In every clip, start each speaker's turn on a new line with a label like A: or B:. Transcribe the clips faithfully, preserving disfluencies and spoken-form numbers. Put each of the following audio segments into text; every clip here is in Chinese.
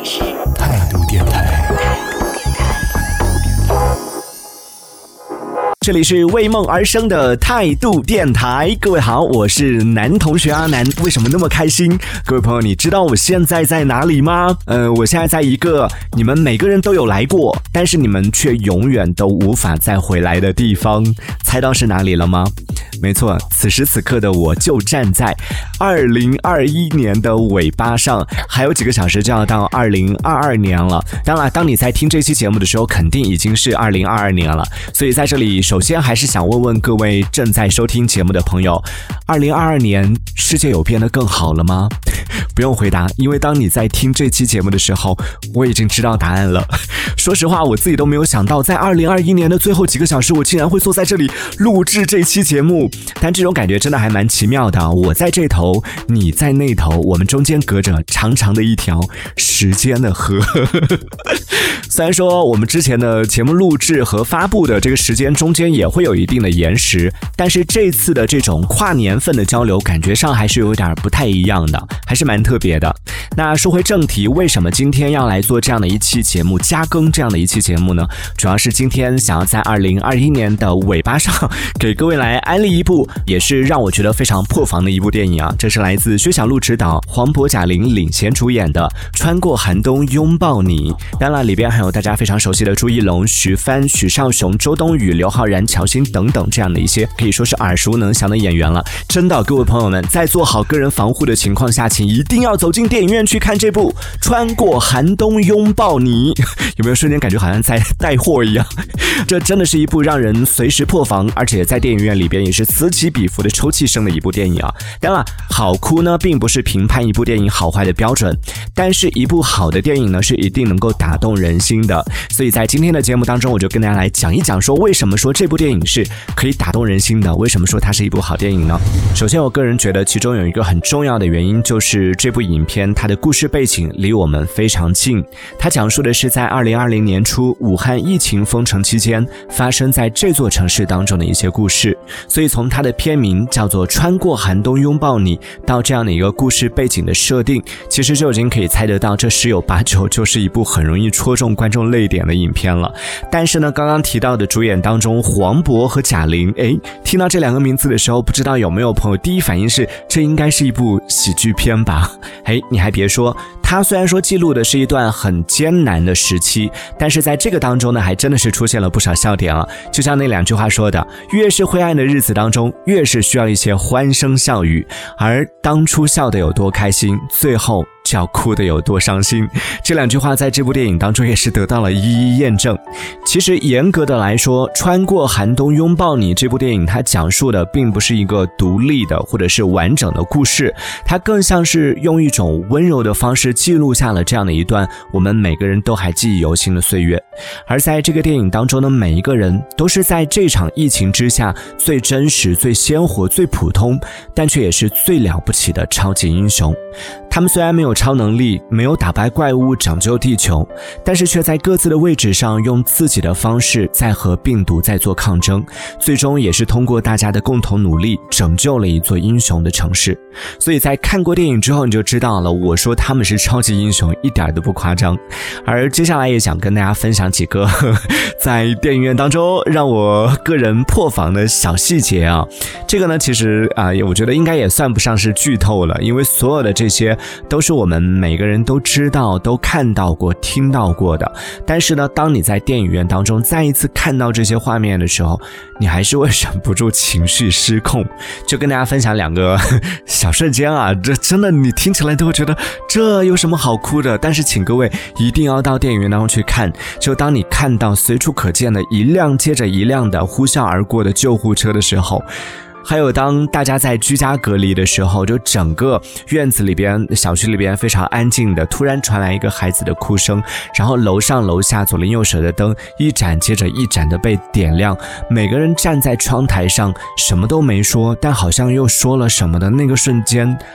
A: 态度电台。这里是为梦而生的态度电台，各位好，我是男同学阿南。为什么那么开心？各位朋友，你知道我现在在哪里吗？呃，我现在在一个你们每个人都有来过，但是你们却永远都无法再回来的地方。猜到是哪里了吗？没错，此时此刻的我就站在二零二一年的尾巴上，还有几个小时就要到二零二二年了。当然，当你在听这期节目的时候，肯定已经是二零二二年了。所以在这里，首先还是想问问各位正在收听节目的朋友，二零二二年世界有变得更好了吗？不用回答，因为当你在听这期节目的时候，我已经知道答案了。说实话，我自己都没有想到，在二零二一年的最后几个小时，我竟然会坐在这里录制这期节目。但这种感觉真的还蛮奇妙的，我在这头，你在那头，我们中间隔着长长的一条时间的河。虽然说我们之前的节目录制和发布的这个时间中间也会有一定的延时，但是这次的这种跨年份的交流，感觉上还是有点不太一样的，还是蛮特别的。那说回正题，为什么今天要来做这样的一期节目，加更这样的一期节目呢？主要是今天想要在二零二一年的尾巴上给各位来安利一部也是让我觉得非常破防的一部电影啊，这是来自薛晓路执导，黄渤、贾玲领衔主演的《穿过寒冬拥抱你》。当然里边还有大家非常熟悉的朱一龙、徐帆、许绍雄、周冬雨、刘昊然、乔欣等等这样的一些可以说是耳熟能详的演员了。真的，各位朋友们，在做好个人防护的情况下，请一定要走进电影院去看这部《穿过寒冬拥抱你》。有没有瞬间感觉好像在带货一样？这真的是一部让人随时破防，而且在电影院里边也是此起彼伏的抽泣声的一部电影啊。当然，好哭呢并不是评判一部电影好坏的标准，但是一部好的电影呢是一定能够打动人心的。所以在今天的节目当中，我就跟大家来讲一讲说，为什么说这部电影是可以打动人心的，为什么说它是一部好电影呢？首先，我个人觉得其中有一个很重要的原因，就是这部影片它的故事背景离我们非常近。它讲述的是在二零二零年初武汉疫情封城期间发生在这座城市当中的一些故事。所以从它的片名叫做《穿过寒冬拥抱你》到这样的一个故事背景的设定，其实就已经可以猜得到，这十有八九就是一部很容易戳中观众泪点的影片了。但是呢，刚刚提到的主演当中，黄渤和贾玲，诶，听到这两个名字的时候，不知道有没有朋友第一反应是这应该是一部喜剧片吧？诶，你还别说，它虽然说记录的是一段很艰难的时期，但是在这个当中呢，还真的是出现了不少笑点啊。就像那两句话说的，越是灰暗的日子当中，越是需要一些欢声笑语，而当初笑得有多开心，最后就要哭得有多伤心。这两句话在这部电影当中也是得到了一一验证。其实严格的来说，《穿过寒冬拥抱你》这部电影，它讲述的并不是一个独立的或者是完整的故事，它更像是用一种温柔的方式记录下了这样的一段我们每个人都还记忆犹新的岁月。而在这个电影当中的每一个人，都是在这场疫情之下最真实、最鲜活、最普通，但却也是最了不起的超级英雄。他们虽然没有超能力，没有打败怪物拯救地球，但是却在各自的位置上用自己的方式在和病毒在做抗争，最终也是通过大家的共同努力拯救了一座英雄的城市。所以在看过电影之后你就知道了，我说他们是超级英雄一点都不夸张。而接下来也想跟大家分享几个呵呵在电影院当中让我个人破防的小细节啊。这个呢其实啊、呃，我觉得应该也算不上是剧透了，因为所有的这些都是我们每个人都知道、都看到过、听到过的。但是呢，当你在电影院当中再一次看到这些画面的时候，你还是会忍不住情绪失控。就跟大家分享两个小瞬间啊，这真的你听起来都会觉得这有什么好哭的，但是请各位一定要到电影院当中去看。就当你看到随处可见的一辆接着一辆的呼啸而过的救护车的时候，还有当大家在居家隔离的时候，就整个院子里边、小区里边非常安静的，突然传来一个孩子的哭声，然后楼上楼下左邻右舍的灯一盏接着一盏的被点亮，每个人站在窗台上什么都没说，但好像又说了什么的那个瞬间，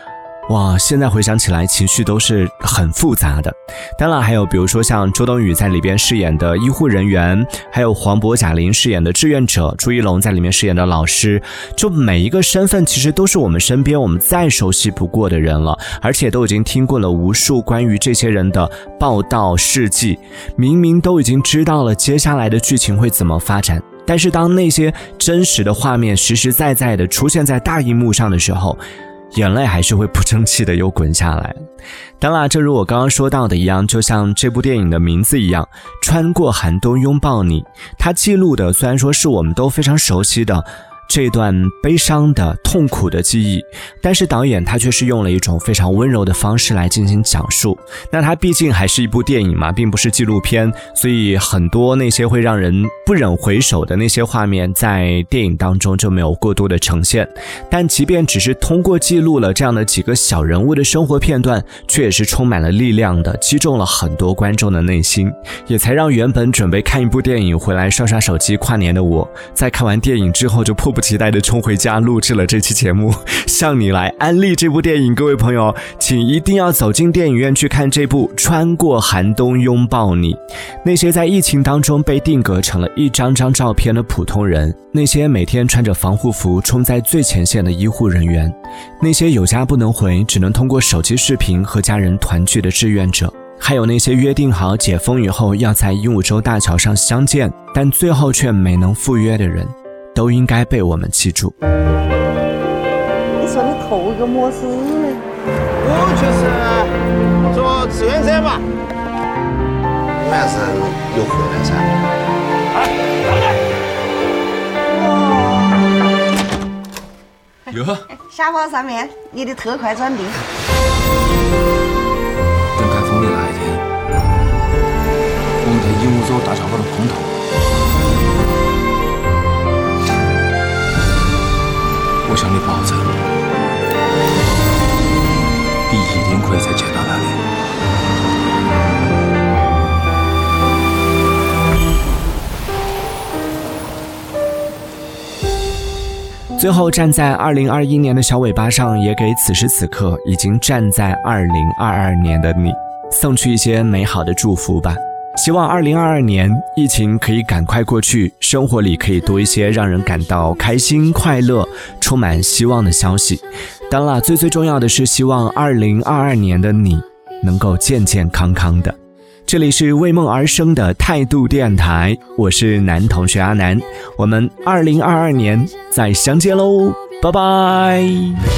A: 哇，现在回想起来情绪都是很复杂的。当然还有比如说像周冬雨在里边饰演的医护人员，还有黄渤贾玲饰演的志愿者，朱一龙在里面饰演的老师，就每一个身份其实都是我们身边我们再熟悉不过的人了，而且都已经听过了无数关于这些人的报道事迹，明明都已经知道了接下来的剧情会怎么发展，但是当那些真实的画面实实在在的出现在大荧幕上的时候，眼泪还是会不争气的又滚下来。当然正如我刚刚说到的一样，就像这部电影的名字一样，穿过寒冬拥抱你，它记录的虽然说是我们都非常熟悉的这段悲伤的痛苦的记忆，但是导演他却是用了一种非常温柔的方式来进行讲述。那它毕竟还是一部电影嘛，并不是纪录片，所以很多那些会让人不忍回首的那些画面在电影当中就没有过多的呈现。但即便只是通过记录了这样的几个小人物的生活片段，却也是充满了力量的，击中了很多观众的内心，也才让原本准备看一部电影回来刷刷手机跨年的我，在看完电影之后就迫不及待地冲回家录制了这期节目，向你来安利这部电影。各位朋友，请一定要走进电影院去看这部《穿过寒冬拥抱你》。那些在疫情当中被定格成了一张张照片的普通人，那些每天穿着防护服冲在最前线的医护人员，那些有家不能回只能通过手机视频和家人团聚的志愿者，还有那些约定好解封以后要在鹦鹉洲大桥上相见但最后却没能赴约的人，都应该被我们记住。
B: 你说你头一个么事？
C: 我就是做志愿者嘛。你们还是有回来噻。
B: 哎，哟，下巴上面你的特快转变。
D: 等开封的那一天，我们在鹦鹉洲大桥高头碰头。我向你保证，你一定可以再见到那里。
A: 最后站在二零二一年的小尾巴上，也给此时此刻已经站在二零二二年的你送去一些美好的祝福吧。希望二零二二年疫情可以赶快过去，生活里可以多一些让人感到开心快乐充满希望的消息。当然最最重要的是希望二零二二年的你能够健健康康的。这里是为梦而生的态度电台，我是男同学阿南，我们二零二二年再相见喽，拜拜。